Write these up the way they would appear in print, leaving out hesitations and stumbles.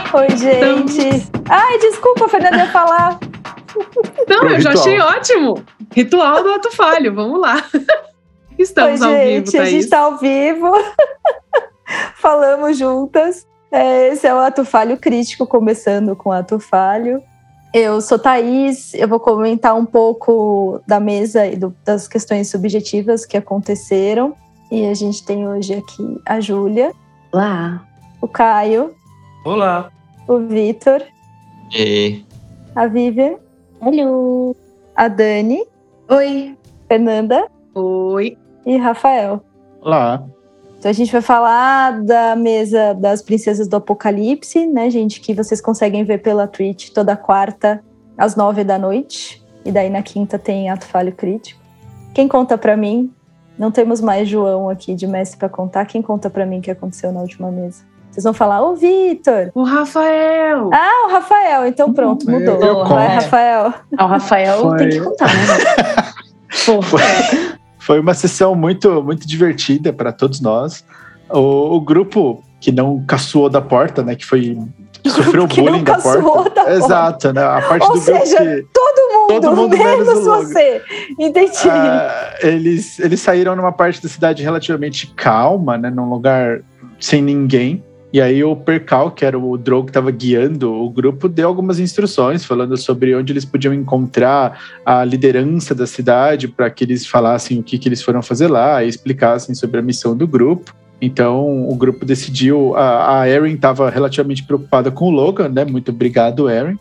Oi, gente. Ai, desculpa, a Fernanda ia falar. Não, eu já achei ótimo. Ritual do ato falho, vamos lá. Estamos ao vivo, Thaís. A gente está ao vivo. Falamos juntas. Esse é o Ato Falho Crítico, começando com o Ato Falho. Eu sou Thaís, eu vou comentar um pouco da mesa e das questões subjetivas que aconteceram. E a gente tem hoje aqui a Júlia. Olá. O Caio. Olá. O Vitor. E a Vivian. Hello. A Dani. Oi. Fernanda. Oi. E Rafael. Olá. Então a gente vai falar da mesa das Princesas do Apocalipse, né, gente? Que vocês conseguem ver pela Twitch toda quarta às 9h. E daí na quinta tem Ato Falho Crítico. Quem conta pra mim? Não temos mais João aqui de mestre pra contar. Quem conta pra mim o que aconteceu na última mesa? Vocês vão falar, ô Vitor! O Rafael! Ah, o Rafael! Então pronto, mudou. Vai, Rafael. O Rafael tem que contar, né? Foi uma sessão muito, muito divertida para todos nós. O grupo que não caçoou da porta, né? Que sofreu bullying da porta. Exato, né? A parte ou do seja, grupo que todo mundo menos você. Entendi. Eles saíram numa parte da cidade relativamente calma, né? Num lugar sem ninguém. E aí o Percal, que era o Drow que estava guiando o grupo, deu algumas instruções falando sobre onde eles podiam encontrar a liderança da cidade para que eles falassem o que eles foram fazer lá e explicassem sobre a missão do grupo. Então o grupo decidiu, a Erin estava relativamente preocupada com o Logan, né? Muito obrigado, Erin.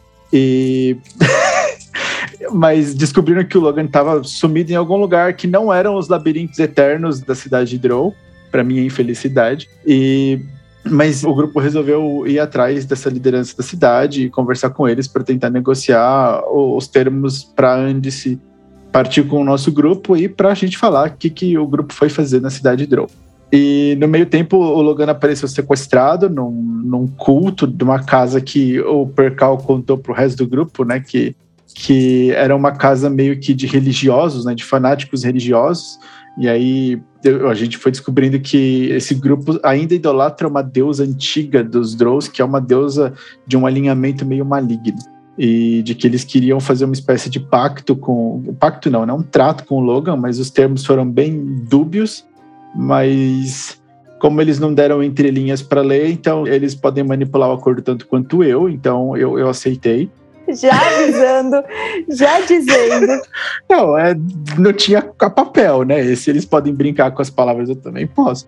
Mas descobriram que o Logan estava sumido em algum lugar que não eram os labirintos eternos da cidade de Drow, para minha infelicidade. Mas o grupo resolveu ir atrás dessa liderança da cidade e conversar com eles para tentar negociar os termos para Andice partir com o nosso grupo e para a gente falar o que o grupo foi fazer na cidade de Drow. E no meio tempo o Logan apareceu sequestrado num culto de uma casa que o Percal contou pro resto do grupo, né, que era uma casa meio que de religiosos, né, de fanáticos religiosos. E aí a gente foi descobrindo que esse grupo ainda idolatra uma deusa antiga dos Drows, que é uma deusa de um alinhamento meio maligno. E de que eles queriam fazer uma espécie de pacto com... Pacto não, um trato com o Logan, mas os termos foram bem dúbios. Mas como eles não deram entrelinhas para ler, então eles podem manipular o acordo tanto quanto eu. Então eu aceitei. Já avisando, já dizendo. Não tinha papel, né? Se eles podem brincar com as palavras, eu também posso.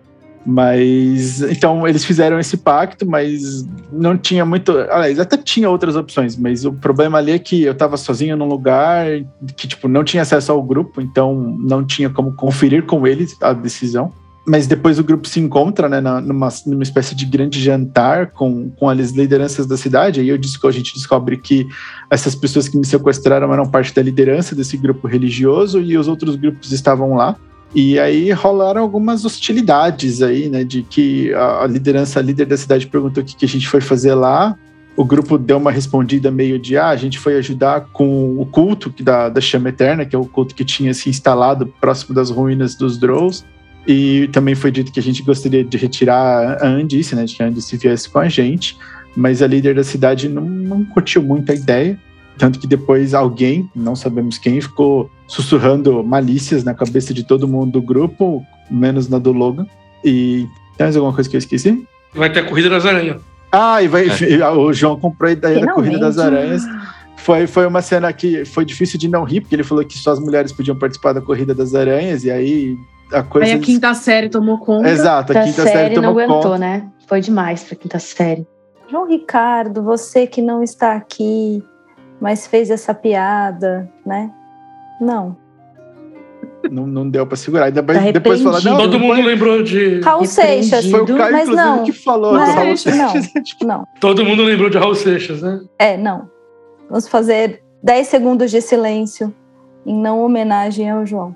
Mas, então, eles fizeram esse pacto, mas não tinha muito... Aliás, até tinha outras opções, mas o problema ali é que eu tava sozinho num lugar que, não tinha acesso ao grupo, então não tinha como conferir com eles a decisão. Mas depois o grupo se encontra, né, numa espécie de grande jantar com as lideranças da cidade. Aí a gente descobre que essas pessoas que me sequestraram eram parte da liderança desse grupo religioso e os outros grupos estavam lá. E aí rolaram algumas hostilidades aí, né, de que a líder da cidade perguntou o que a gente foi fazer lá. O grupo deu uma respondida meio de, a gente foi ajudar com o culto da Chama Eterna, que é o culto que tinha se instalado próximo das ruínas dos Drows. E também foi dito que a gente gostaria de retirar a Andice, né, de que a Andice viesse com a gente, mas a líder da cidade não curtiu muito a ideia, tanto que depois alguém, não sabemos quem, ficou sussurrando malícias na cabeça de todo mundo do grupo, menos na do Logan. E tem mais alguma coisa que eu esqueci? Vai ter a Corrida das Aranhas. O João comprou a ideia da Corrida das Aranhas. Foi uma cena que foi difícil de não rir, porque ele falou que só as mulheres podiam participar da Corrida das Aranhas, e aí a coisa... Aí a quinta série tomou conta. Exato, a quinta série tomou conta. Não aguentou, né? Foi demais pra quinta série. João Ricardo, você que não está aqui, mas fez essa piada, né? Não deu pra segurar. Ainda bem depois falar... Não, todo mundo lembrou de... Raul Seixas. Foi o Caio, mas inclusive, não, que falou do Raul Seixas. Não. Todo mundo lembrou de Raul Seixas, né? Não. Vamos fazer 10 segundos de silêncio em não homenagem ao João.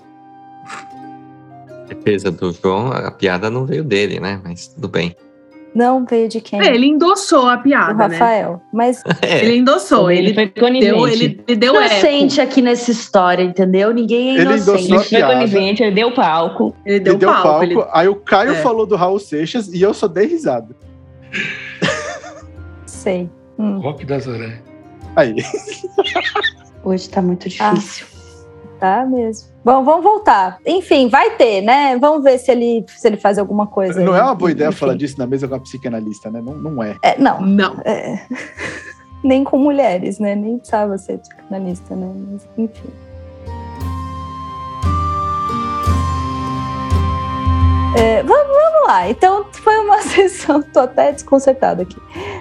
Defesa do João, a piada não veio dele, né? Mas tudo bem. Não veio de quem? Ele endossou a piada, do Rafael, né? Mas ele endossou, ele foi conivente. Ele deu inocente aqui nessa história, entendeu? Ninguém é inocente. Ele foi conivente, ele deu palco. Ele deu palco. Aí o Caio falou do Raul Seixas e eu só dei risada. Sei. Rock da Zaré. Aí. Hoje tá muito difícil. Tá mesmo. Bom, vamos voltar. Enfim, vai ter, né? Vamos ver se ele faz alguma coisa. Não é uma boa ideia falar disso na mesa com a psicanalista, né? Não é. Não. Não. Nem com mulheres, né? Nem precisava ser psicanalista, né? Mas, enfim. Vamos lá. Então, foi uma sessão... Tô até desconcertada aqui.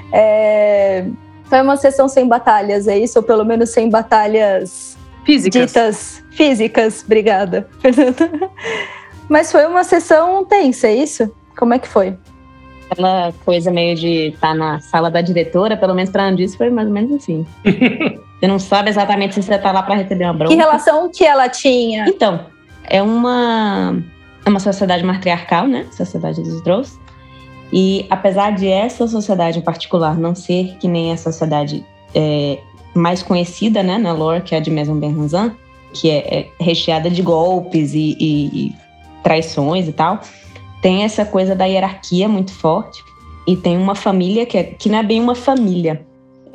Foi uma sessão sem batalhas, é isso? Ou pelo menos sem batalhas... Físicas. Ditas físicas, obrigada, Fernanda. Mas foi uma sessão tensa, é isso? Como é que foi? Aquela coisa meio de estar na sala da diretora, pelo menos pra Andice foi mais ou menos assim. Você não sabe exatamente se você tá lá pra receber uma bronca. Que relação que ela tinha? Então, é uma sociedade matriarcal, né? Sociedade dos Drows. E apesar de essa sociedade em particular não ser que nem a sociedade mais conhecida, né, na lore, que é a de Maison Ben-Razan, que é recheada de golpes e traições e tal, tem essa coisa da hierarquia muito forte e tem uma família que não é bem uma família,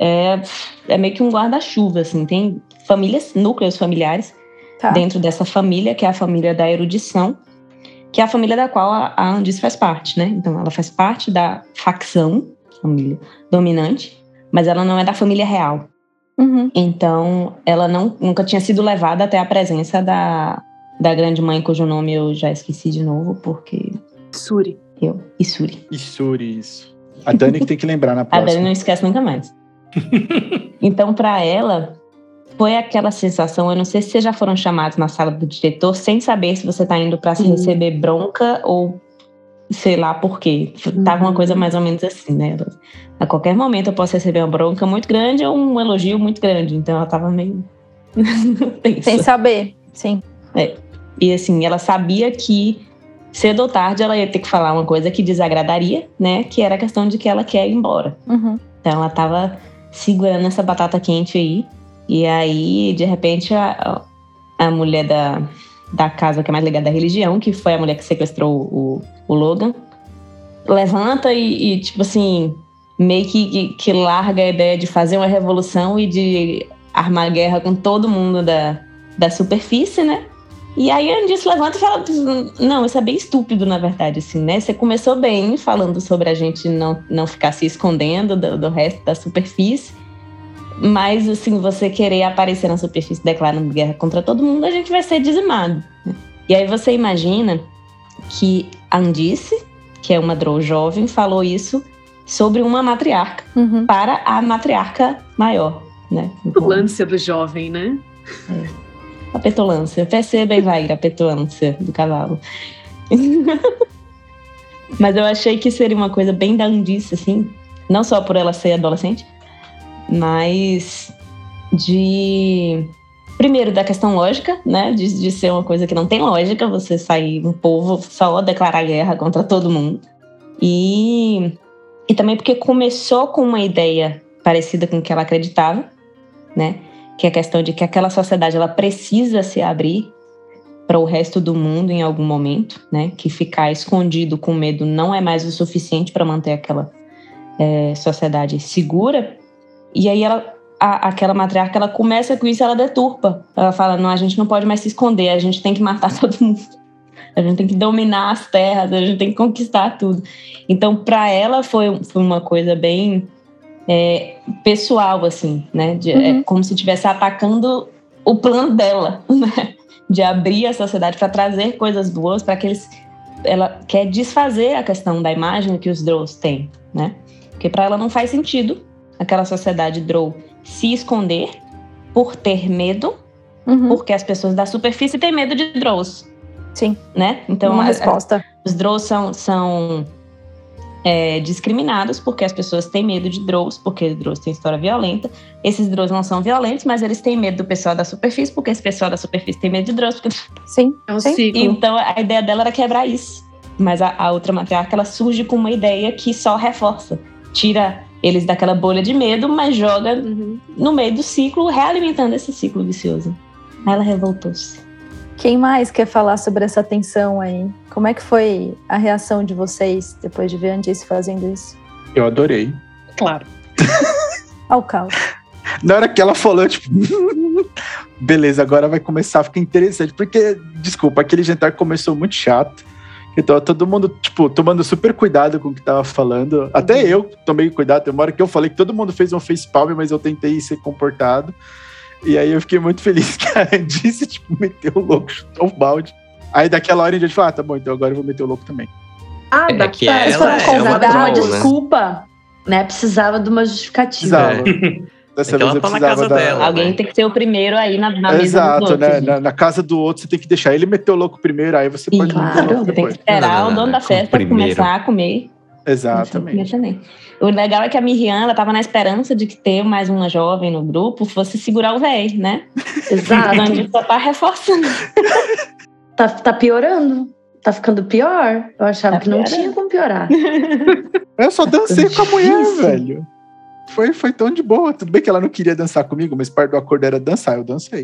é meio que um guarda-chuva, assim, tem núcleos familiares dentro dessa família, que é a família da erudição, que é a família da qual a Andice faz parte, né? Então ela faz parte da facção, família dominante, mas ela não é da família real. Uhum. Então, ela nunca tinha sido levada até a presença da grande mãe, cujo nome eu já esqueci de novo, porque... Isuri. Isuri, isso. A Dani que tem que lembrar na próxima. A Dani não esquece nunca mais. Então, para ela, foi aquela sensação, eu não sei se vocês já foram chamados na sala do diretor, sem saber se você tá indo para se receber bronca ou... sei lá por quê. Tava uma coisa mais ou menos assim, né? A qualquer momento eu posso receber uma bronca muito grande ou um elogio muito grande. Então ela tava meio... Sem saber, sim. E assim, ela sabia que cedo ou tarde ela ia ter que falar uma coisa que desagradaria, né? Que era a questão de que ela quer ir embora. Uhum. Então ela tava segurando essa batata quente aí. E aí, de repente, a mulher da casa que é mais ligada à religião, que foi a mulher que sequestrou o Logan, levanta e tipo assim, meio que larga a ideia de fazer uma revolução e de armar guerra com todo mundo da superfície, né? E aí a Andice levanta e fala, não, isso é bem estúpido, na verdade, assim, né? Você começou bem falando sobre a gente não ficar se escondendo do resto da superfície, mas, assim, você querer aparecer na superfície declarando guerra contra todo mundo, a gente vai ser dizimado. E aí você imagina que a Andice, que é uma Drow jovem, falou isso sobre uma matriarca para a matriarca maior, né? A petulância do jovem, né? A petulância. Perceba e vai a petulância do cavalo. Mas eu achei que seria uma coisa bem da Andice, assim, não só por ela ser adolescente, mas primeiro, da questão lógica, né? De ser uma coisa que não tem lógica, você sair um povo só declarar guerra contra todo mundo. E também porque começou com uma ideia parecida com o que ela acreditava, né? Que é a questão de que aquela sociedade ela precisa se abrir para o resto do mundo em algum momento, né? Que ficar escondido com medo não é mais o suficiente para manter aquela sociedade segura. E aí aquela matriarca, ela começa com isso, ela deturpa. Ela fala, não, a gente não pode mais se esconder, a gente tem que matar todo mundo. A gente tem que dominar as terras, a gente tem que conquistar tudo. Então, para ela, foi uma coisa bem pessoal, assim, né? É como se estivesse atacando o plano dela, né? De abrir a sociedade para trazer coisas boas, para que ela quer desfazer a questão da imagem que os Drows têm, né? Porque para ela não faz sentido aquela sociedade Drow se esconder por ter medo, porque as pessoas da superfície têm medo de Drows. Sim. Né? Então, uma resposta. Os Drows são discriminados porque as pessoas têm medo de Drows, porque os Drows têm história violenta. Esses Drows não são violentos, mas eles têm medo do pessoal da superfície, porque esse pessoal da superfície tem medo de Drows. Porque... Sim. É um ciclo. Então, a ideia dela era quebrar isso. Mas a outra matriarca, ela surge com uma ideia que só reforça. Tira eles daquela bolha de medo, mas joga no meio do ciclo, realimentando esse ciclo vicioso. Aí ela revoltou-se. Quem mais quer falar sobre essa tensão aí? Como é que foi a reação de vocês depois de ver a Andice fazendo isso? Eu adorei. Claro. Ao caos. Na hora que ela falou, tipo, beleza, agora vai começar a ficar interessante. Porque, desculpa, aquele jantar começou muito chato. Então, todo mundo, tipo, tomando super cuidado com o que tava falando. Até eu tomei cuidado. Tem uma hora que eu falei que todo mundo fez um facepalm, mas eu tentei ser comportado. E aí eu fiquei muito feliz que a Andice, tipo, meteu o louco, chutou o balde. Aí daquela hora a gente falou, tá bom, então agora eu vou meter o louco também. Que ela é uma dar uma troll, desculpa, né? Precisava de uma justificativa. Dessa vez ela eu tá na precisava casa dela. Alguém tem que ser o primeiro aí na mesa Exato, dos outros. né? Na casa do outro você tem que deixar ele meter o louco primeiro, aí você pode meter o Claro, louco Você tem que depois. esperar o dono da festa primeiro. começar a comer. Exatamente. O legal é que a Miriam, ela tava na esperança de que ter mais uma jovem no grupo fosse segurar o velho, né? Exato. A gente só tá reforçando. Tá piorando. Tá ficando pior. Eu achava que não tinha como piorar. Eu só dancei com a mulher, Difícil. velho. Foi tão de boa. Tudo bem que ela não queria dançar comigo, mas parte do acordo era dançar, eu dancei.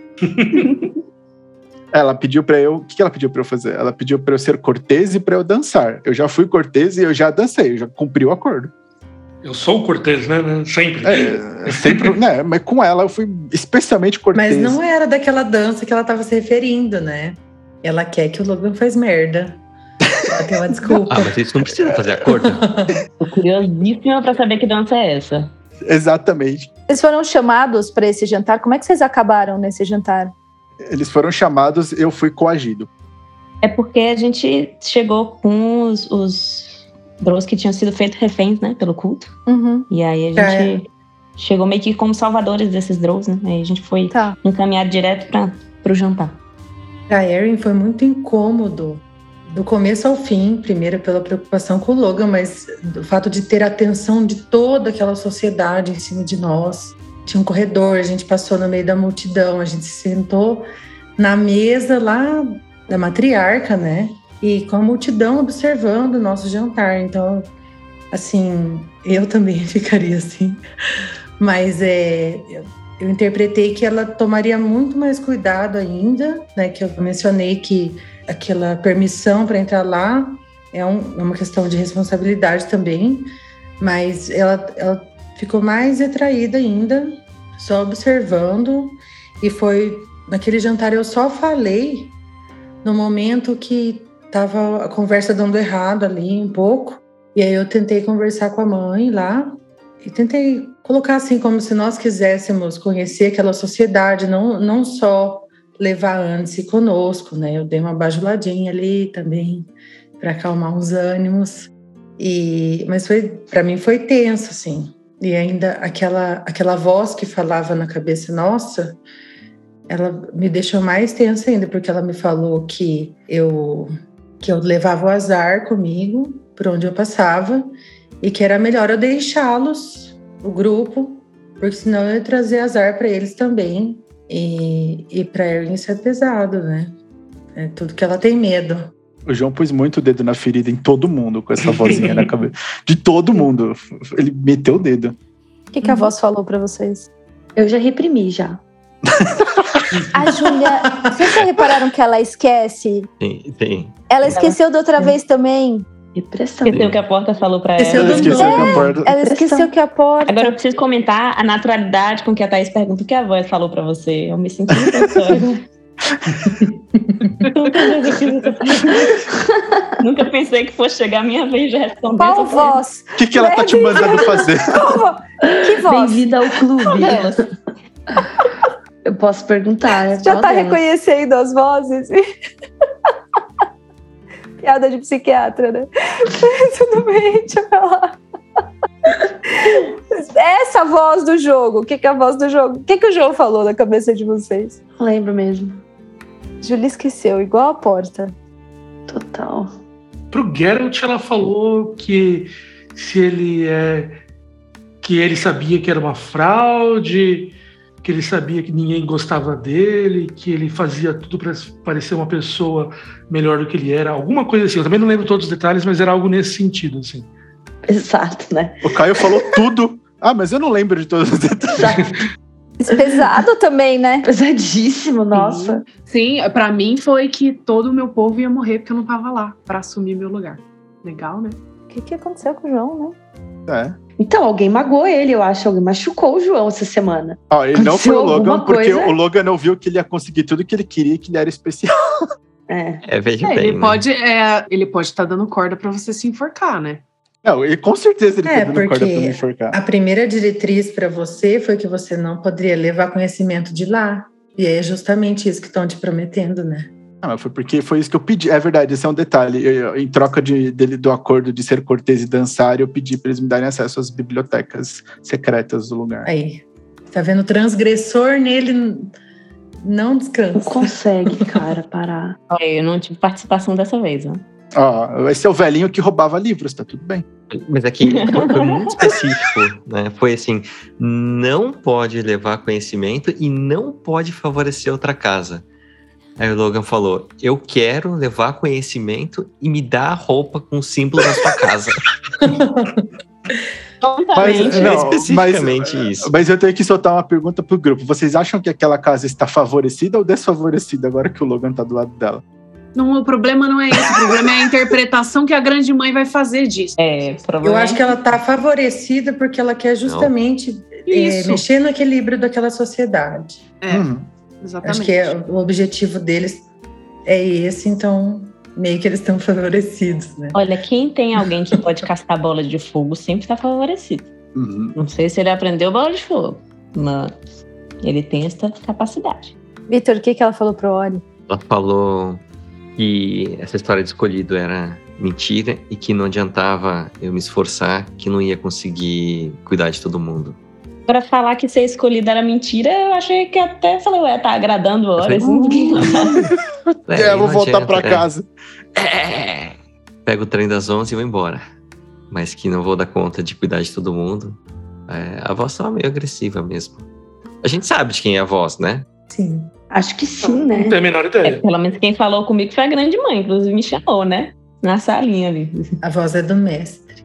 Ela pediu pra eu... O que ela pediu pra eu fazer? Ela pediu pra eu ser cortês e pra eu dançar. Eu já fui cortês e eu já dancei, eu já cumpri o acordo. Eu sou o Cortez, né? Sempre. Sempre, né? Mas com ela eu fui especialmente cortês. Mas não era daquela dança que ela tava se referindo, né? Ela quer que o Logan faz merda. Ela tem uma desculpa. Ah, mas isso não precisa fazer acordo. Tô curiosíssima pra saber que dança é essa. Exatamente. Vocês foram chamados para esse jantar? Como é que vocês acabaram nesse jantar? Eles foram chamados, eu fui coagido. É porque a gente chegou com os bros que tinham sido feitos reféns, né? Pelo culto. Uhum. E aí a gente chegou meio que como salvadores desses drows, né? Aí a gente foi encaminhado direto pro jantar. Pra Erin foi muito incômodo, do começo ao fim, primeiro pela preocupação com o Logan, mas do fato de ter a atenção de toda aquela sociedade em cima de nós. Tinha um corredor, a gente passou no meio da multidão, a gente se sentou na mesa lá da matriarca, né? E com a multidão observando o nosso jantar. Então, assim, eu também ficaria assim. Mas eu interpretei que ela tomaria muito mais cuidado ainda, né? Que eu mencionei que aquela permissão para entrar lá é uma questão de responsabilidade também, mas ela ficou mais retraída ainda, só observando. E foi naquele jantar eu só falei no momento que tava a conversa dando errado ali um pouco, e aí eu tentei conversar com a mãe lá e tentei colocar assim como se nós quiséssemos conhecer aquela sociedade, não só levar a Andice conosco, né? Eu dei uma bajuladinha ali também para acalmar os ânimos, mas para mim foi tenso, assim. E ainda aquela voz que falava na cabeça nossa, ela me deixou mais tensa ainda, porque ela me falou que eu levava o azar comigo por onde eu passava e que era melhor eu deixá-los, o grupo, porque senão eu ia trazer azar para eles também. E para Erin isso é pesado, né? É tudo que ela tem medo. O João pôs muito o dedo na ferida em todo mundo com essa vozinha na cabeça. De todo mundo. Ele meteu o dedo. O que a voz falou para vocês? Eu já reprimi, já. A Júlia, vocês já repararam que ela esquece? Tem. Ela esqueceu da outra vez também. Repressão. Esqueceu o que a porta falou pra ela. Ela esqueceu que a porta... Ela esqueceu que a porta... Agora eu preciso comentar a naturalidade com que a Thaís pergunta o que a voz falou pra você. Eu me senti Nunca pensei que fosse chegar a minha vez de responder. Qual voz? O que ela tá te mandando fazer? Que voz? Bem-vinda ao clube. Eu posso perguntar. Já tá reconhecendo as vozes? Piada de psiquiatra, né? Tudo bem, deixa eu falar. Essa voz do jogo, o que é a voz do jogo? O que o João falou na cabeça de vocês? Não lembro mesmo. Julia esqueceu, igual a porta. Total. Pro Geralt, ela falou que que ele sabia que era uma fraude, que ele sabia que ninguém gostava dele, que ele fazia tudo para parecer uma pessoa melhor do que ele era, alguma coisa assim. Eu também não lembro todos os detalhes, mas era algo nesse sentido, assim. Exato, né? O Caio falou tudo. mas eu não lembro de todos os detalhes. Pesado também, né? Pesadíssimo, nossa. Sim, pra mim foi que todo o meu povo ia morrer porque eu não tava lá pra assumir meu lugar. Legal, né? O que aconteceu com o João, né? Então, alguém magoou ele, eu acho. Alguém machucou o João essa semana. Ele não foi o Logan, porque o Logan não viu que ele ia conseguir tudo que ele queria e que ele era especial. Veja bem, ele pode estar dando corda pra você se enforcar, né? Não, e com certeza ele tá dando corda pra me enforcar. A primeira diretriz para você foi que você não poderia levar conhecimento de lá. E é justamente isso que estão te prometendo, né? Mas foi porque foi isso que eu pedi. É verdade, esse é um detalhe. Em troca do acordo de ser cortês e dançar, eu pedi para eles me darem acesso às bibliotecas secretas do lugar. Aí, tá vendo? O transgressor nele não descansa. Não consegue, cara, parar. Eu não tive participação dessa vez, né? Esse é o velhinho que roubava livros, tá tudo bem. Mas aqui foi muito específico, né? Foi assim, não pode levar conhecimento e não pode favorecer outra casa. Aí o Logan falou, eu quero levar conhecimento e me dar a roupa com símbolos da sua casa. Especificamente isso. Mas eu tenho que soltar uma pergunta pro grupo. Vocês acham que aquela casa está favorecida ou desfavorecida agora que o Logan tá do lado dela? Não, o problema não é esse, o problema é a interpretação que a grande mãe vai fazer disso. Eu acho que ela tá favorecida porque ela quer justamente mexer no equilíbrio daquela sociedade. Exatamente. Acho que o objetivo deles é esse, então meio que eles estão favorecidos, né? Olha, quem tem alguém que pode castar bola de fogo sempre está favorecido. Não sei se ele aprendeu bola de fogo, mas ele tem essa capacidade. Vitor, o que ela falou pro Ori? Ela falou que essa história de escolhido era mentira e que não adiantava eu me esforçar, que não ia conseguir cuidar de todo mundo. Pra falar que ser escolhida era mentira, eu achei que até falei, tá agradando a hora. Eu vou voltar pra casa. Pego o trem das 11 e vou embora. Mas que não vou dar conta de cuidar de todo mundo. A voz tava meio agressiva mesmo. A gente sabe de quem é a voz, né? Sim. Acho que sim, né? Não tem a menor ideia. Pelo menos quem falou comigo foi a grande mãe, inclusive me chamou, né? Na salinha ali. A voz é do mestre.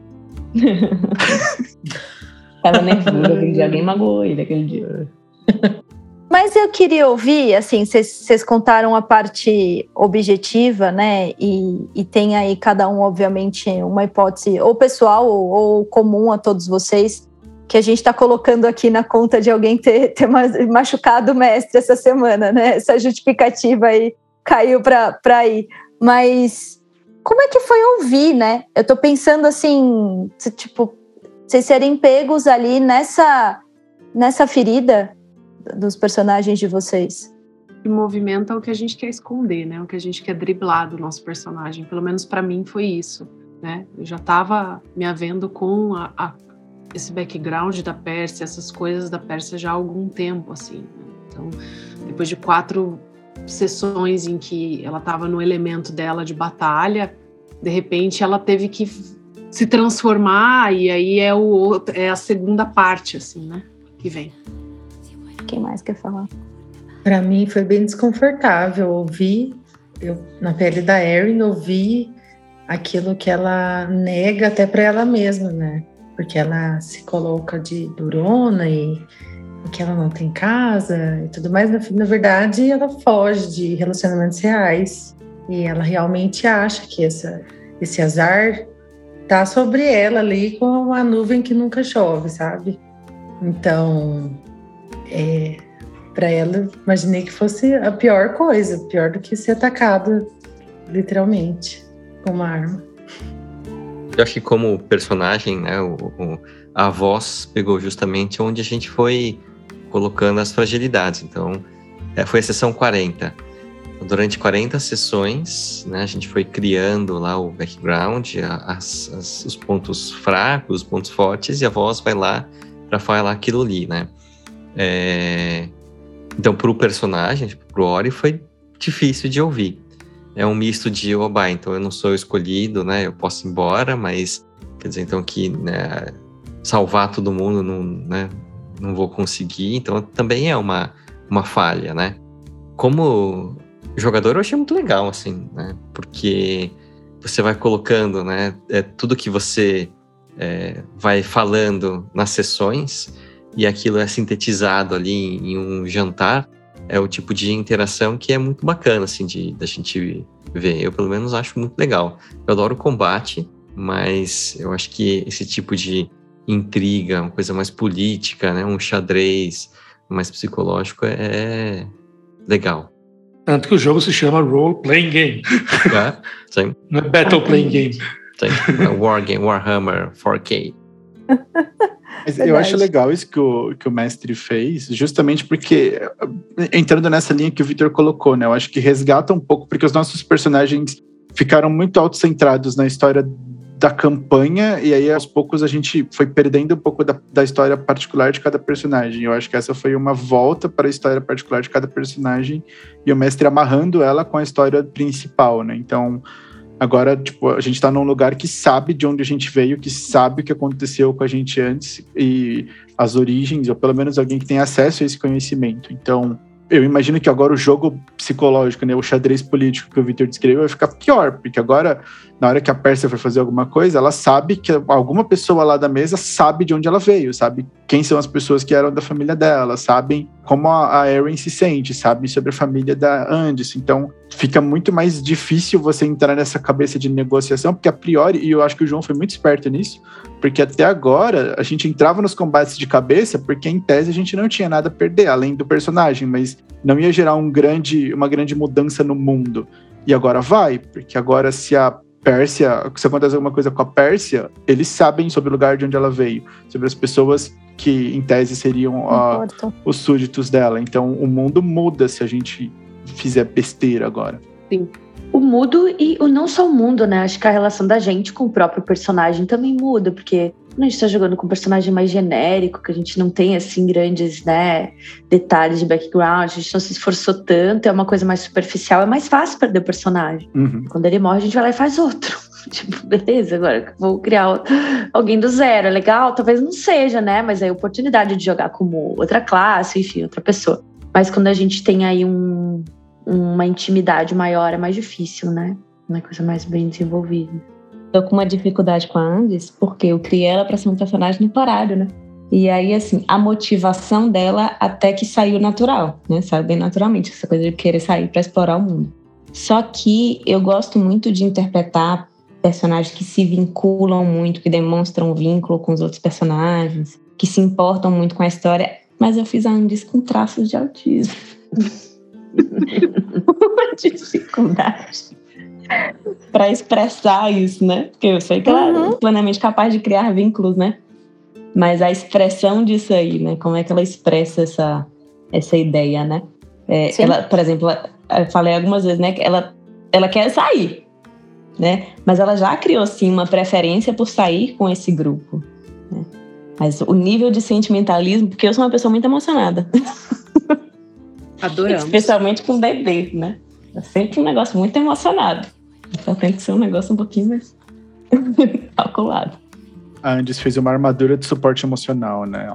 Tava nervoso aquele dia, alguém magoou ele aquele dia. Mas eu queria ouvir, assim, vocês contaram a parte objetiva, né? E tem aí cada um, obviamente, uma hipótese ou pessoal ou comum a todos vocês, que a gente está colocando aqui na conta de alguém ter machucado o mestre essa semana, né? Essa justificativa aí caiu para aí. Mas como é que foi ouvir, né? Eu tô pensando assim, tipo, vocês serem pegos ali nessa ferida dos personagens de vocês. E movimenta o que a gente quer esconder, né? O que a gente quer driblar do nosso personagem. Pelo menos para mim foi isso, né? Eu já estava me havendo com esse background da Pérsia, essas coisas da Pérsia já há algum tempo, assim. Né? Então, depois de 4 sessões em que ela estava no elemento dela de batalha, de repente ela teve que se transformar e aí é a segunda parte, assim, né? Que vem. Quem mais quer falar? Para mim foi bem desconfortável ouvir, eu na pele da Erin, ouvir aquilo que ela nega até para ela mesma, né? Porque ela se coloca de durona e que ela não tem casa e tudo mais. Na verdade, ela foge de relacionamentos reais e ela realmente acha que esse azar tá sobre ela ali com uma nuvem que nunca chove, sabe? Então, para ela, imaginei que fosse a pior coisa, pior do que ser atacada, literalmente, com uma arma. Eu acho que como personagem, né, a voz pegou justamente onde a gente foi colocando as fragilidades. Então, foi a sessão 40. Durante 40 sessões, né, a gente foi criando lá o background, os pontos fracos, os pontos fortes, e a voz vai lá para falar aquilo ali, né? Então, para o personagem, para o Ori, foi difícil de ouvir. É um misto de, então eu não sou escolhido, né? Eu posso ir embora, mas quer dizer, então que, né, salvar todo mundo não vou conseguir. Então, também é uma falha, né? Como jogador, eu achei muito legal, assim, né? Porque você vai colocando, né? Tudo que você vai falando nas sessões e aquilo é sintetizado ali em um jantar, é o tipo de interação que é muito bacana, assim, da gente ver. Eu, pelo menos, acho muito legal. Eu adoro combate, mas eu acho que esse tipo de intriga, uma coisa mais política, né? Um xadrez mais psicológico é legal. Tanto que o jogo se chama Role Playing Game. Sim. Não é Battle Playing Game. Sim. É War Game, Warhammer 4K. Mas eu acho legal isso que o mestre fez, justamente porque, entrando nessa linha que o Vitor colocou, né? Eu acho que resgata um pouco, porque os nossos personagens ficaram muito autocentrados na história da campanha, e aí aos poucos a gente foi perdendo um pouco da história particular de cada personagem. Eu acho que essa foi uma volta para a história particular de cada personagem, e o mestre amarrando ela com a história principal, né? Então, agora, tipo, a gente tá num lugar que sabe de onde a gente veio, que sabe o que aconteceu com a gente antes, e as origens, ou pelo menos alguém que tem acesso a esse conhecimento. Então, eu imagino que agora o jogo psicológico, né, o xadrez político que o Vitor descreveu vai ficar pior, porque agora, na hora que a Pérsia for fazer alguma coisa, ela sabe que alguma pessoa lá da mesa sabe de onde ela veio, sabe quem são as pessoas que eram da família dela, sabem como a Erin se sente, sabem sobre a família da Andis. Então, fica muito mais difícil você entrar nessa cabeça de negociação, porque a priori, e eu acho que o João foi muito esperto nisso, porque até agora a gente entrava nos combates de cabeça porque em tese a gente não tinha nada a perder, além do personagem, mas não ia gerar uma grande mudança no mundo. E agora vai, porque agora se acontecer alguma coisa com a Pérsia, eles sabem sobre o lugar de onde ela veio, sobre as pessoas que em tese seriam os súditos dela. Então o mundo muda se a gente fizer besteira agora. Sim. O mundo e não só o mundo, né? Acho que a relação da gente com o próprio personagem também muda, porque quando a gente tá jogando com um personagem mais genérico, que a gente não tem, assim, grandes, né, detalhes de background, a gente não se esforçou tanto, é uma coisa mais superficial, é mais fácil perder o personagem. Uhum. Quando ele morre, a gente vai lá e faz outro. Tipo, beleza, agora vou criar alguém do zero. É legal? Talvez não seja, né? Mas aí a oportunidade de jogar como outra classe, enfim, outra pessoa. Mas quando a gente tem aí uma intimidade maior, é mais difícil, né? Uma coisa mais bem desenvolvida. Tô com uma dificuldade com a Andis, porque eu criei ela pra ser um personagem temporário, né? E aí, assim, a motivação dela até que saiu natural, né? Saiu bem naturalmente, essa coisa de querer sair pra explorar o mundo. Só que eu gosto muito de interpretar personagens que se vinculam muito, que demonstram vínculo com os outros personagens, que se importam muito com a história, mas eu fiz a Andis com traços de autismo. Uma dificuldade para expressar isso, né? Porque eu sei que ela é plenamente capaz de criar vínculos, né? Mas a expressão disso aí, né? Como é que ela expressa essa ideia, né? Ela, por exemplo, eu falei algumas vezes, né? Que ela quer sair, né? Mas ela já criou, sim, uma preferência por sair com esse grupo, né? Mas o nível de sentimentalismo, porque eu sou uma pessoa muito emocionada. Adoramos. Especialmente com bebê, né? É sempre um negócio muito emocionado. Então tem que ser um negócio um pouquinho mais calculado. A Andis fez uma armadura de suporte emocional, né?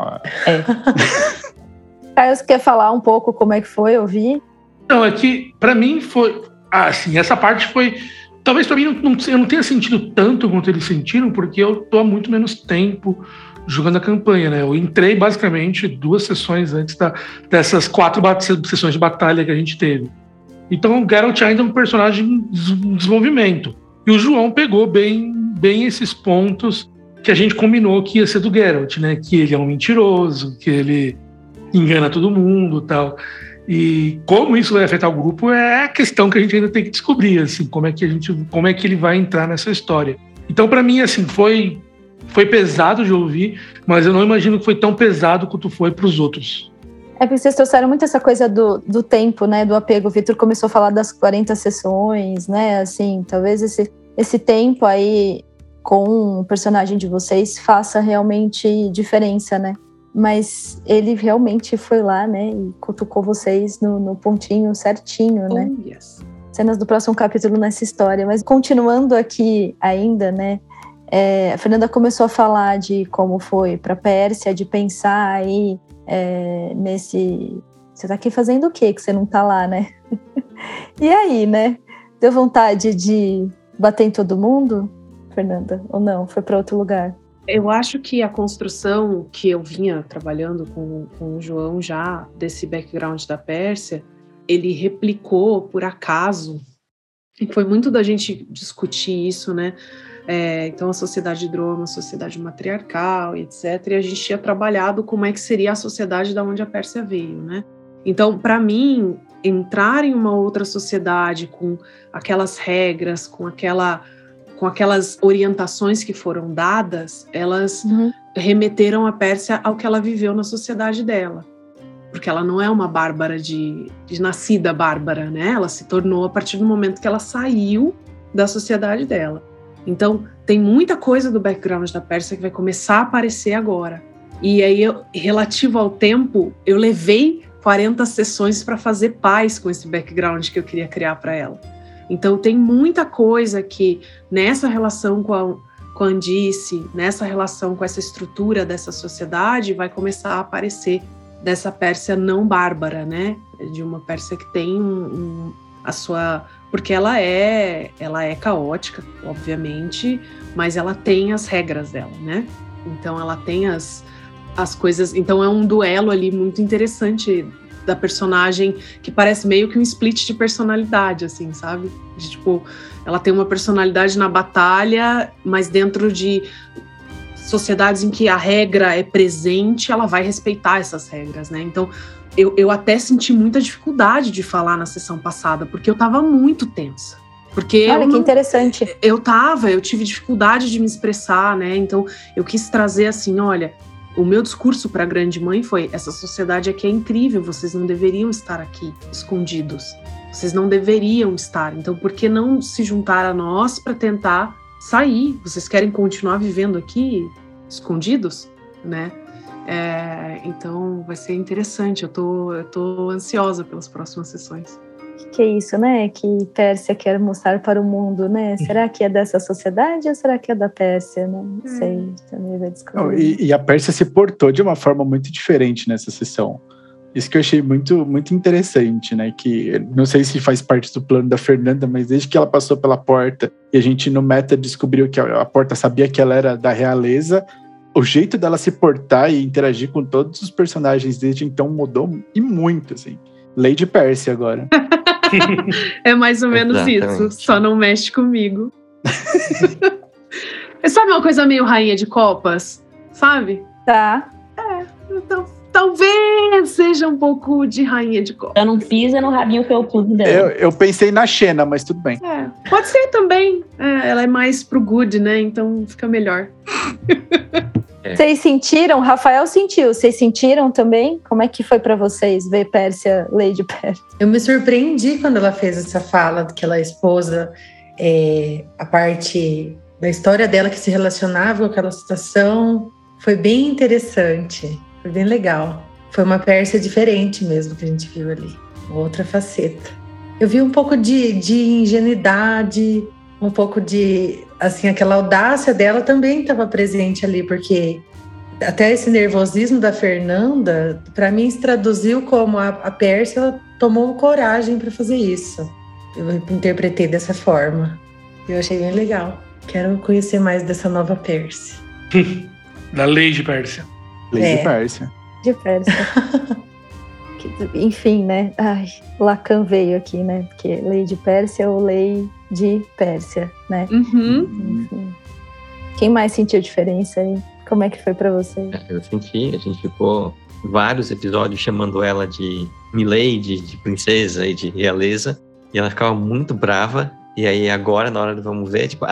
Caio, você quer falar um pouco como é que foi ouvir? Não, é que pra mim foi... assim, essa parte foi... Talvez pra mim eu não tenha sentido tanto quanto eles sentiram, porque eu tô há muito menos tempo jogando a campanha, né? Eu entrei basicamente 2 sessões antes dessas 4 sessões de batalha que a gente teve. Então o Geralt ainda é um personagem em desenvolvimento. E o João pegou bem esses pontos que a gente combinou que ia ser do Geralt, né? Que ele é um mentiroso, que ele engana todo mundo e tal. E como isso vai afetar o grupo é a questão que a gente ainda tem que descobrir, assim, como é que ele vai entrar nessa história. Então, para mim, assim, foi pesado de ouvir, mas eu não imagino que foi tão pesado quanto foi para os outros. É porque vocês trouxeram muito essa coisa do tempo, né, do apego. O Vitor começou a falar das 40 sessões, né, assim, talvez esse tempo aí com o personagem de vocês faça realmente diferença, né? Mas ele realmente foi lá, né, e cutucou vocês no pontinho certinho, né? Oh, yes. Cenas do próximo capítulo nessa história. Mas continuando aqui ainda, né, a Fernanda começou a falar de como foi para a Pérsia, de pensar aí nesse... Você tá aqui fazendo o quê que você não tá lá, né? E aí, né? Deu vontade de bater em todo mundo, Fernanda? Ou não? Foi para outro lugar? Eu acho que a construção que eu vinha trabalhando com o João já, desse background da Pérsia, ele replicou por acaso E foi muito da gente discutir isso, né? Então a sociedade de Droa é uma sociedade matriarcal, etc. E a gente tinha trabalhado como é que seria a sociedade da onde a Pérsia veio, né? Então, para mim, entrar em uma outra sociedade com aquelas regras, com aquelas orientações que foram dadas, elas remeteram a Pérsia ao que ela viveu na sociedade dela. Porque ela não é uma bárbara de nascida bárbara, né? Ela se tornou a partir do momento que ela saiu da sociedade dela. Então, tem muita coisa do background da Pérsia que vai começar a aparecer agora. E aí, relativo ao tempo, eu levei 40 sessões para fazer paz com esse background que eu queria criar para ela. Então, tem muita coisa que, nessa relação com a Andice, nessa relação com essa estrutura dessa sociedade, vai começar a aparecer dessa Pérsia não bárbara, né? De uma Pérsia que tem a sua... Porque ela é caótica, obviamente, mas ela tem as regras dela, né? Então, ela tem as coisas... Então, é um duelo ali muito interessante da personagem, que parece meio que um split de personalidade, assim, sabe? Tipo, ela tem uma personalidade na batalha, mas dentro de sociedades em que a regra é presente, ela vai respeitar essas regras, né? Então, eu até senti muita dificuldade de falar na sessão passada, porque eu tava muito tensa. Porque olha, que interessante. Eu tive dificuldade de me expressar, né? Então, eu quis trazer assim, olha, o meu discurso para a grande mãe foi: essa sociedade aqui é incrível, vocês não deveriam estar aqui escondidos. Vocês não deveriam estar. Então, por que não se juntar a nós para tentar sair? Vocês querem continuar vivendo aqui escondidos, né? Então, vai ser interessante. Eu tô ansiosa pelas próximas sessões. Que é isso, né? Que Pérsia quer mostrar para o mundo, né? Será que é dessa sociedade ou será que é da Pérsia? Não sei, também vai descobrir. E a Pérsia se portou de uma forma muito diferente nessa sessão. Isso que eu achei muito, muito interessante, né? Que não sei se faz parte do plano da Fernanda, mas desde que ela passou pela porta e a gente no meta descobriu que a porta sabia que ela era da realeza, o jeito dela se portar e interagir com todos os personagens desde então mudou e muito, assim. Lady Pérsia agora. É mais ou menos Exatamente. Isso, só não mexe comigo. Sabe uma coisa meio rainha de copas? Sabe? Tá. Então, talvez seja um pouco de rainha de copas. Eu não pisa no rabinho felpudo dela. Eu pensei na Xena, mas tudo bem. Pode ser também. Ela é mais pro good, né? Então fica melhor. Vocês sentiram? Rafael sentiu. Vocês sentiram também? Como é que foi pra vocês ver Pérsia, Lady Pérsia? Eu me surpreendi quando ela fez essa fala que ela esposa a parte da história dela que se relacionava com aquela situação. Foi bem interessante, foi bem legal. Foi uma Pérsia diferente mesmo que a gente viu ali, outra faceta. Eu vi um pouco de ingenuidade, um pouco de, assim, aquela audácia dela também estava presente ali, porque até esse nervosismo da Fernanda, para mim, se traduziu como a Pérsia ela tomou coragem para fazer isso. Eu interpretei dessa forma. Eu achei bem legal. Quero conhecer mais dessa nova Pérsia. Da Lady Pérsia. Lady Pérsia. De Pérsia. Enfim, né? Ai, Lacan veio aqui, né? Porque Lady Pérsia ou Lady Pérsia, né? Enfim. Quem mais sentiu diferença aí? Como é que foi pra vocês? Eu senti, a gente ficou vários episódios chamando ela de Milady, de princesa e de realeza, e ela ficava muito brava. E aí agora, na hora do vamos ver, tipo,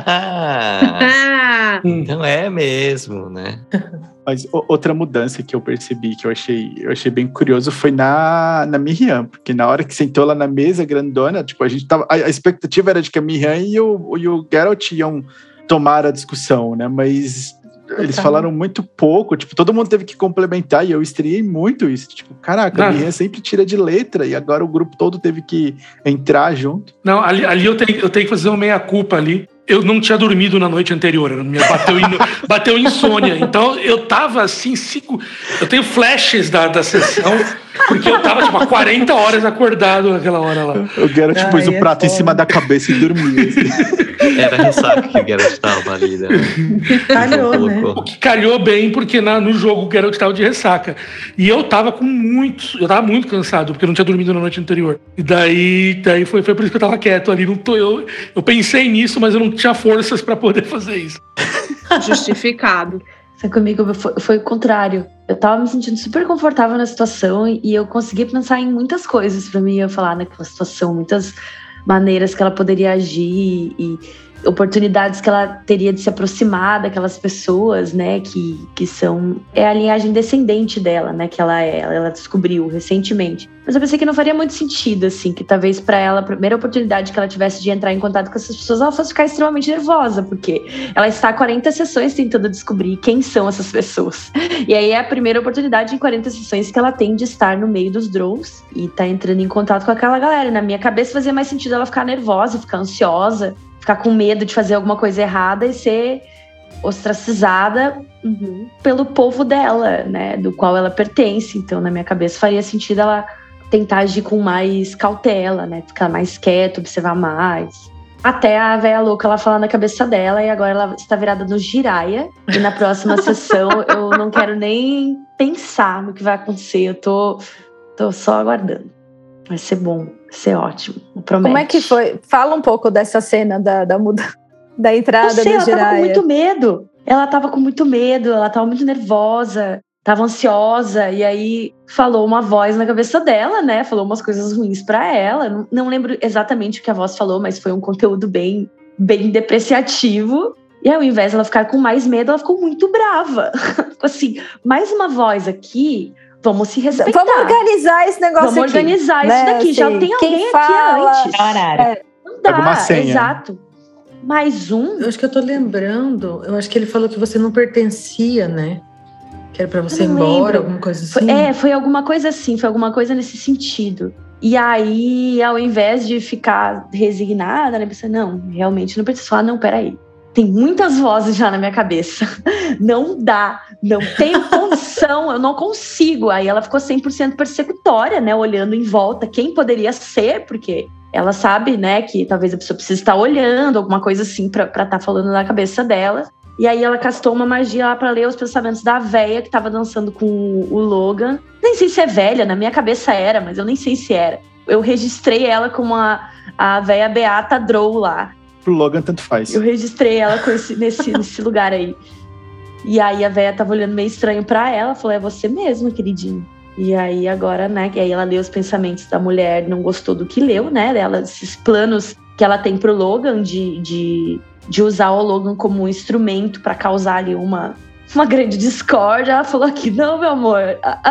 não é mesmo, né? Mas outra mudança que eu percebi, que eu achei bem curioso, foi na Miriam, porque na hora que sentou lá na mesa grandona, tipo, a gente tava, a expectativa era de que a Miriam e o Geralt iam tomar a discussão, né? Mas eles falaram muito pouco, tipo, todo mundo teve que complementar, e eu estranhei muito isso. Tipo, caraca, a Miriam sempre tira de letra, e agora o grupo todo teve que entrar junto. Não, ali eu tenho que fazer uma meia-culpa ali. Eu não tinha dormido na noite anterior, bateu insônia. Então eu tava assim, eu tenho flashes da sessão, porque eu tava tipo há 40 horas acordado naquela hora lá. O Geralt pôs o prato em cima da cabeça e dormia. Assim. Era a ressaca que o Geralt tava ali, né? Calhou, né? O que calhou bem, porque no jogo o Geralt tava de ressaca. E eu tava muito cansado, porque eu não tinha dormido na noite anterior. E daí foi por isso que eu tava quieto ali. Eu pensei nisso, mas eu não tinha forças pra poder fazer isso. Justificado. Comigo foi o contrário. Eu tava me sentindo super confortável na situação e eu consegui pensar em muitas coisas pra mim. Eu falar naquela situação, muitas maneiras que ela poderia agir e oportunidades que ela teria de se aproximar daquelas pessoas, né, que são... É a linhagem descendente dela, né, que ela descobriu recentemente. Mas eu pensei que não faria muito sentido, assim, que talvez para ela, a primeira oportunidade que ela tivesse de entrar em contato com essas pessoas, ela fosse ficar extremamente nervosa, porque ela está há 40 sessões tentando descobrir quem são essas pessoas. E aí é a primeira oportunidade em 40 sessões que ela tem de estar no meio dos Drolls e tá entrando em contato com aquela galera. E na minha cabeça fazia mais sentido ela ficar nervosa, ficar ansiosa, ficar com medo de fazer alguma coisa errada e ser ostracizada pelo povo dela, né, do qual ela pertence. Então, na minha cabeça, faria sentido ela tentar agir com mais cautela, né, ficar mais quieta, observar mais. Até a véia louca ela falar na cabeça dela e agora ela está virada no Jiraiya. E na próxima sessão eu não quero nem pensar no que vai acontecer. Eu tô só aguardando. Vai ser bom, vai ser ótimo. Promete. Como é que foi? Fala um pouco dessa cena da mudança, da entrada do Jiraiya. Ela tava com muito medo. Ela tava muito nervosa, tava ansiosa. E aí falou uma voz na cabeça dela, né? Falou umas coisas ruins pra ela. Não lembro exatamente o que a voz falou, mas foi um conteúdo bem, bem depreciativo. E aí, ao invés de ela ficar com mais medo, ela ficou muito brava. Ficou assim, mais uma voz aqui... Vamos se respeitar. Vamos organizar esse negócio Vamos aqui. Organizar isso daqui. Já tem alguém fala... aqui antes. Horário. Não dá, alguma senha. Exato. Mais um? Eu acho que eu tô lembrando. Eu acho que ele falou que você não pertencia, né? Que era pra você ir embora, alguma coisa assim. Foi alguma coisa assim. Foi alguma coisa nesse sentido. E aí, ao invés de ficar resignada, né? Pensando, não, realmente não preciso falar. Não, peraí. Tem muitas vozes já na minha cabeça. Não dá, não tenho condição, eu não consigo. Aí ela ficou 100% persecutória, né? Olhando em volta quem poderia ser, porque ela sabe, né, que talvez a pessoa precise estar olhando, alguma coisa assim, pra estar falando na cabeça dela. E aí ela castou uma magia lá pra ler os pensamentos da véia que tava dançando com o Logan. Nem sei se é velha, na minha cabeça era, mas eu nem sei se era. Eu registrei ela como a véia Beata Drow lá. Pro Logan tanto faz. Eu registrei ela com nesse lugar aí. E aí a véia tava olhando meio estranho pra ela, falou, é você mesmo, queridinho. E aí agora, né, que aí ela leu os pensamentos da mulher, não gostou do que leu, né, dela, esses planos que ela tem pro Logan de usar o Logan como um instrumento pra causar ali uma grande discórdia. Ela falou aqui, não, meu amor,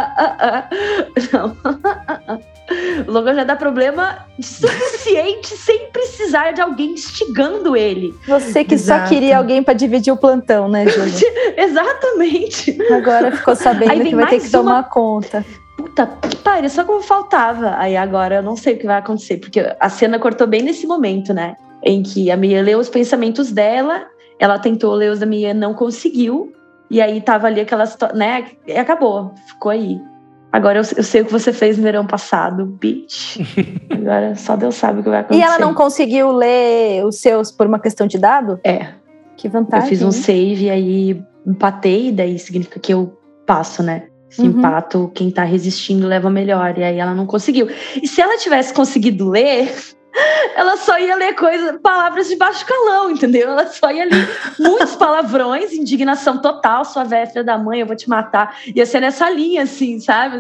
não. O Logan já dá problema suficiente sem precisar de alguém instigando ele. Você que só queria alguém pra dividir o plantão, né, Júlia? Exatamente. Agora ficou sabendo que vai ter que tomar conta. Puta que pariu, só como faltava. Aí agora eu não sei o que vai acontecer, porque a cena cortou bem nesse momento, né? Em que a Mia leu os pensamentos dela, ela tentou ler os da Mia, não conseguiu. E aí tava ali aquela situação, né? E acabou, ficou aí. Agora eu sei o que você fez no verão passado, bitch. Agora só Deus sabe o que vai acontecer. E ela não conseguiu ler os seus por uma questão de dado? É. Que vantagem. Eu fiz um save e aí empatei, daí significa que eu passo, né? Se empato, quem tá resistindo leva melhor. E aí ela não conseguiu. E se ela tivesse conseguido ler... ela só ia ler palavras de baixo calão, entendeu? Ela só ia ler muitos palavrões, indignação total, sua véia filha da mãe, eu vou te matar. Ia ser nessa linha, assim, sabe?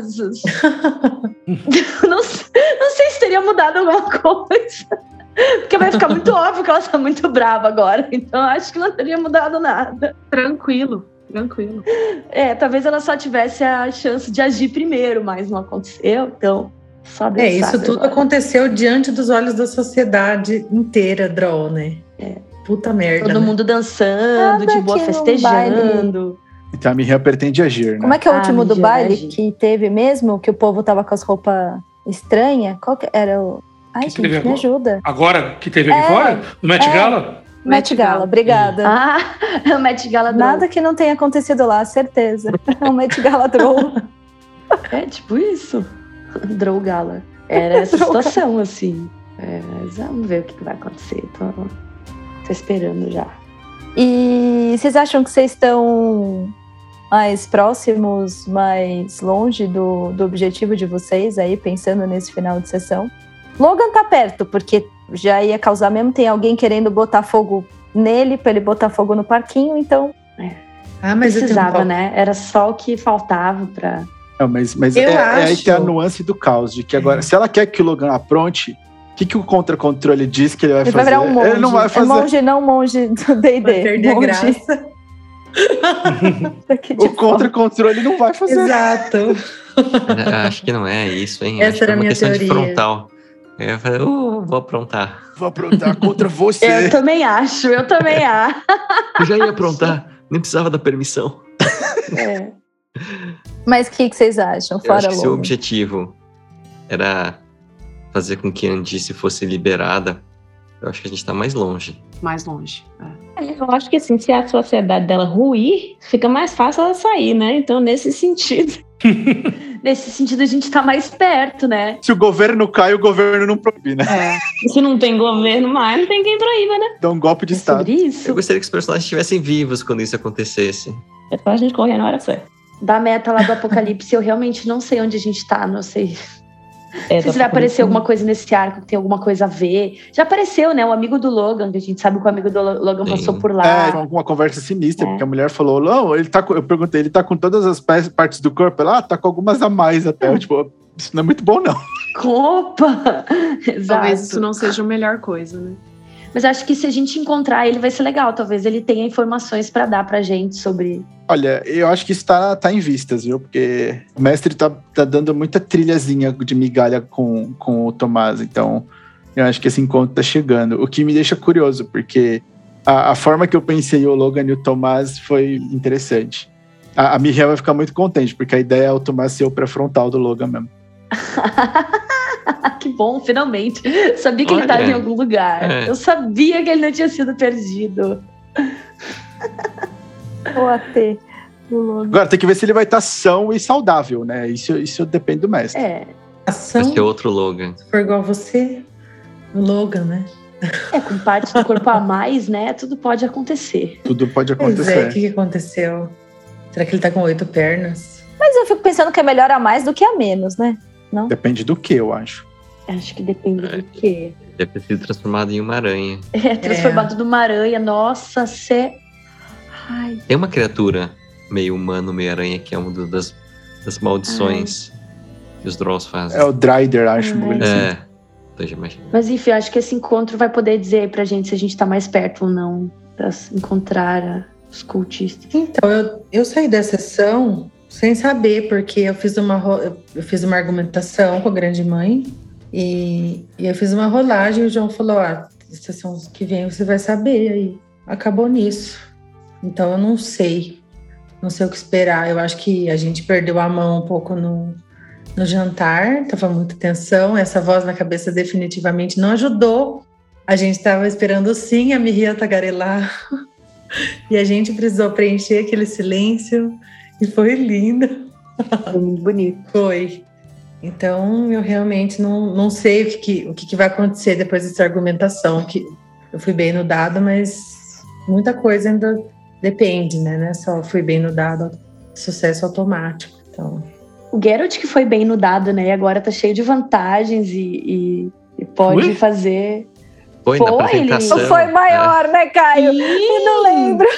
Não sei se teria mudado alguma coisa. Porque vai ficar muito óbvio que ela tá muito brava agora. Então, acho que não teria mudado nada. Tranquilo. Talvez ela só tivesse a chance de agir primeiro, mas não aconteceu, então... Isso tudo aconteceu diante dos olhos da sociedade inteira, Droll, né? Puta merda. Todo mundo dançando, de boa, festejando. Então a Miriam pretende agir, né? Como é que é o último do baile que teve mesmo? Que o povo tava com as roupas estranhas? Qual que era o... Ai, gente, me ajuda. Agora que teve aqui fora? No Met Gala? Met Gala, obrigada. É o Met Gala Droll. Nada que não tenha acontecido lá, certeza. É o Met Gala Droll. É tipo isso. Droll Gala. Era essa situação, assim. Mas vamos ver o que vai acontecer. Tô Tô esperando já. E vocês acham que vocês estão mais próximos, mais longe do objetivo de vocês aí, pensando nesse final de sessão? Logan tá perto, porque já ia causar mesmo, tem alguém querendo botar fogo nele, pra ele botar fogo no parquinho, então... Mas precisava, né? Era só o que faltava pra... Não, mas Eu aí acho. tem a nuance do caos, de que agora, se ela quer que o Logan apronte, o que o contra-controle diz que ele vai Ele fazer? vai virar um monge. Ele não vai fazer. É monge, não monge do D&D. Vai perder a Monge graça. daqui de O contra-controle não vai fazer. Exato. Eu acho que não é isso, hein? Essa Acho que era é a uma minha questão de teoria. frontal. Eu ia falar, vou aprontar. Vou aprontar contra você. Eu também acho. Eu já ia aprontar, nem precisava da permissão. É. Mas o que vocês acham? Eu Fora acho que se o Logan. objetivo era fazer com que a Andice fosse liberada, eu acho que a gente tá mais longe. Mais longe. Eu acho que assim, se a sociedade dela ruir, fica mais fácil ela sair, né? Então, nesse sentido. Nesse sentido, a gente tá mais perto, né? Se o governo cai, o governo não proíbe, né? Se não tem governo mais, não tem quem proíba, né? Dá um golpe de É Estado. sobre isso. Eu gostaria que os personagens estivessem vivos quando isso acontecesse. É só a gente correr na hora certa. Da meta lá do Apocalipse, eu realmente não sei onde a gente tá, não sei. É, Se vai aparecer alguma coisa nesse arco que tem alguma coisa a ver. Já apareceu, né? O amigo do Logan, que a gente sabe que o amigo do Logan Sim. passou por lá. Uma conversa sinistra, É. porque a mulher falou, não, eu perguntei, ele tá com todas as partes do corpo? Ela, tá com algumas a mais até. Eu, tipo, isso não é muito bom, não. Opa! Exato. Talvez isso não seja a melhor coisa, né? Mas acho que se a gente encontrar ele, vai ser legal. Talvez ele tenha informações pra dar pra gente sobre... Olha, eu acho que isso tá em vistas, viu? Porque o mestre tá dando muita trilhazinha de migalha com o Tomás, então eu acho que esse encontro tá chegando. O que me deixa curioso, porque a forma que eu pensei o Logan e o Tomás foi interessante. A Miriam vai ficar muito contente, porque a ideia é o Tomás ser o pré-frontal do Logan mesmo. Que bom, finalmente. Sabia que ele Olha. estava em algum lugar. É. Eu sabia que ele não tinha sido perdido. O AT do Logan. Agora, tem que ver se ele vai estar são e saudável, né? Isso depende do mestre. É. Ação, Vai ser outro Logan. se for igual você, o Logan, né? Com parte do corpo a mais, né? Tudo pode acontecer. Tudo pode Pois acontecer. é, o que aconteceu? Será que ele tá com 8 pernas? Mas eu fico pensando que é melhor a mais do que a menos, né? Não? Depende do que, eu acho. Acho que depende do quê. Deve ter sido transformado em uma aranha. Transformado numa aranha. Nossa, Ai, Tem uma criatura meio humano, meio aranha, que é uma das maldições que os Drolls fazem. É o Dryder, acho. um bagulho assim. É. Então, já imagina. mas enfim, acho que esse encontro vai poder dizer pra gente se a gente tá mais perto ou não pra encontrar os cultistas. Então, eu saí da sessão sem saber, porque eu fiz uma argumentação com a grande mãe e eu fiz uma rolagem e o João falou, sessão que vem você vai saber, aí acabou nisso. Então eu não sei o que esperar. Eu acho que a gente perdeu a mão um pouco no jantar, tava muita tensão, essa voz na cabeça definitivamente não ajudou. A gente tava esperando sim a Miriam tagarelar e a gente precisou preencher aquele silêncio e foi lindo. Foi muito bonito. Foi. Então eu realmente não sei o que vai acontecer depois dessa argumentação, que eu fui bem no dado, mas muita coisa ainda depende, né? Não é só fui bem no dado, sucesso automático. Então... O Geralt que foi bem no dado, né? E agora tá cheio de vantagens e pode Foi? fazer... Foi na Foi, apresentação. Foi maior, né, Caio? Eu não lembro.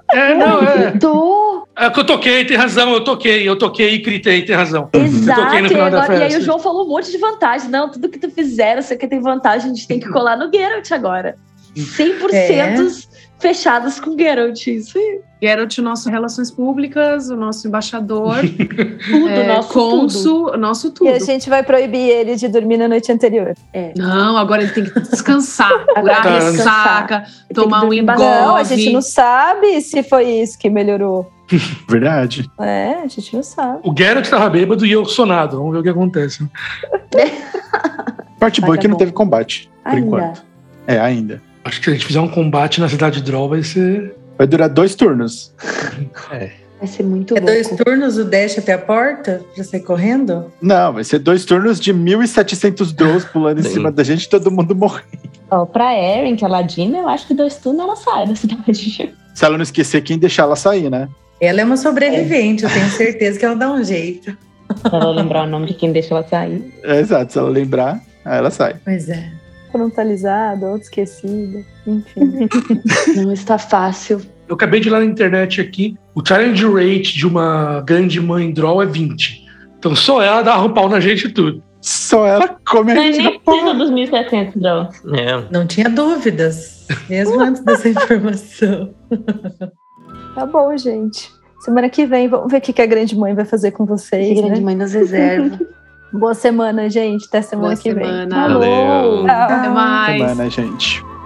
É que eu toquei, tem razão, eu toquei e gritei, tem razão. Exato, Eu toquei no e, final da agora, e aí festa. o João falou um monte de vantagens. Não, tudo que tu fizer, você que tem vantagem, a gente tem que colar no Geralt agora. 100% fechados com Geralt, isso aí. Geralt, nosso Relações Públicas, o nosso embaixador, Tudo, nosso cônsul, nosso tudo. E a gente vai proibir ele de dormir na noite anterior. Não, agora ele tem que descansar, Agora curar tem a que ressaca, que tomar um dormir engove. bastante. Não, a gente não sabe se foi isso que melhorou. Verdade. A gente não sabe. O Geralt estava bêbado e eu sonado. Vamos ver o que acontece. Parte boa é dar que não bom. teve combate, por Ainda. enquanto. ainda. Acho que se a gente fizer um combate na cidade de Droll vai ser... Vai durar 2 turnos. Vai ser muito É louco. 2 turnos o dash até a porta pra sair correndo? Não, vai ser 2 turnos de 1.700 Drows pulando em Sim. cima da gente e todo mundo morrendo. Ó, pra Erin, que é ladina, eu acho que 2 turnos ela sai da cidade. Se ela não esquecer quem deixar ela sair, né? Ela é uma sobrevivente, eu tenho certeza que ela dá um jeito. Pra ela lembrar o nome de quem deixa ela sair. Exato, se ela lembrar, aí ela sai. Pois é. Frontalizado, outro esquecido, enfim. Não está fácil. Eu acabei de ir lá na internet aqui. O challenge rate de uma grande mãe Droll é 20. Então só ela dá um pau na gente e tudo. Só ela come a Mas gente nem na precisa porra. dos 1.700 draws. É. Não tinha dúvidas, mesmo antes dessa informação. Tá bom, gente. Semana que vem, vamos ver o que a grande mãe vai fazer com vocês, Esse grande né? mãe nos reserva. Boa semana, gente. Até semana Boa que vem. semana. Valeu. Tchau. Até mais. Semana, gente.